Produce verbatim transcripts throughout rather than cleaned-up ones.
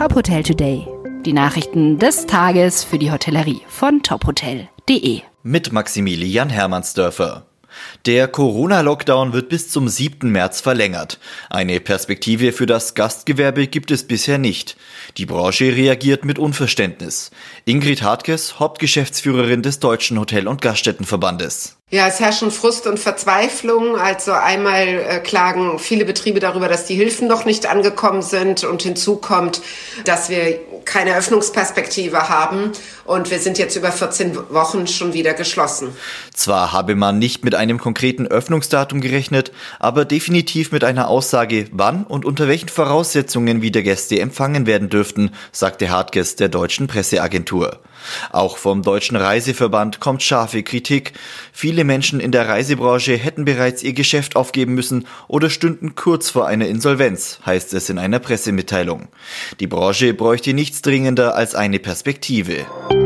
Top Hotel Today. Die Nachrichten des Tages für die Hotellerie von top hotel punkt de. Mit Maximilian Hermannsdörfer. Der Corona-Lockdown wird bis zum siebten März verlängert. Eine Perspektive für das Gastgewerbe gibt es bisher nicht. Die Branche reagiert mit Unverständnis. Ingrid Hartges, Hauptgeschäftsführerin des Deutschen Hotel- und Gaststättenverbandes. Ja, es herrschen Frust und Verzweiflung. Also einmal äh, klagen viele Betriebe darüber, dass die Hilfen noch nicht angekommen sind, und hinzu kommt, dass wir keine Öffnungsperspektive haben und wir sind jetzt über vierzehn Wochen schon wieder geschlossen. Zwar habe man nicht mit einem konkreten Öffnungsdatum gerechnet, aber definitiv mit einer Aussage, wann und unter welchen Voraussetzungen wieder Gäste empfangen werden dürften, sagte Hartges der deutschen Presseagentur. Auch vom Deutschen Reiseverband kommt scharfe Kritik. Viele Menschen in der Reisebranche hätten bereits ihr Geschäft aufgeben müssen oder stünden kurz vor einer Insolvenz, heißt es in einer Pressemitteilung. Die Branche bräuchte nichts dringender als eine Perspektive.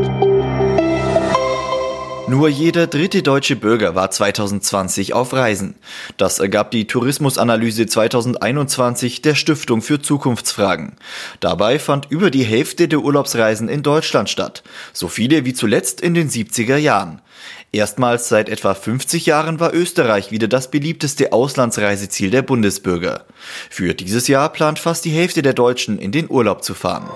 Nur jeder dritte deutsche Bürger war zweitausendzwanzig auf Reisen. Das ergab die Tourismusanalyse zweitausendeinundzwanzig der Stiftung für Zukunftsfragen. Dabei fand über die Hälfte der Urlaubsreisen in Deutschland statt. So viele wie zuletzt in den siebziger Jahren. Erstmals seit etwa fünfzig Jahren war Österreich wieder das beliebteste Auslandsreiseziel der Bundesbürger. Für dieses Jahr plant fast die Hälfte der Deutschen, in den Urlaub zu fahren.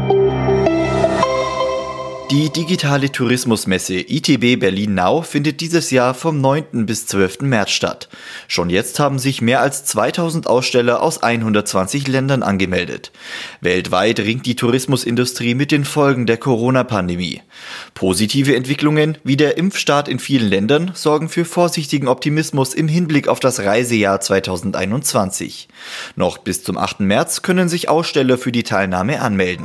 Die digitale Tourismusmesse I T B Berlin Now findet dieses Jahr vom neunten bis zwölften März statt. Schon jetzt haben sich mehr als zweitausend Aussteller aus hundertzwanzig Ländern angemeldet. Weltweit ringt die Tourismusindustrie mit den Folgen der Corona-Pandemie. Positive Entwicklungen wie der Impfstart in vielen Ländern sorgen für vorsichtigen Optimismus im Hinblick auf das Reisejahr zweitausendeinundzwanzig. Noch bis zum achten März können sich Aussteller für die Teilnahme anmelden.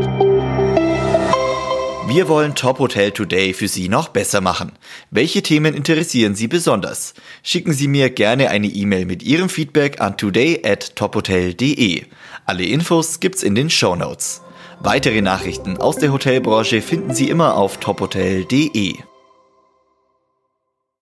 Wir wollen Top Hotel Today für Sie noch besser machen. Welche Themen interessieren Sie besonders? Schicken Sie mir gerne eine E-Mail mit Ihrem Feedback an today at top hotel punkt de. Alle Infos gibt's in den Shownotes. Weitere Nachrichten aus der Hotelbranche finden Sie immer auf top hotel punkt de.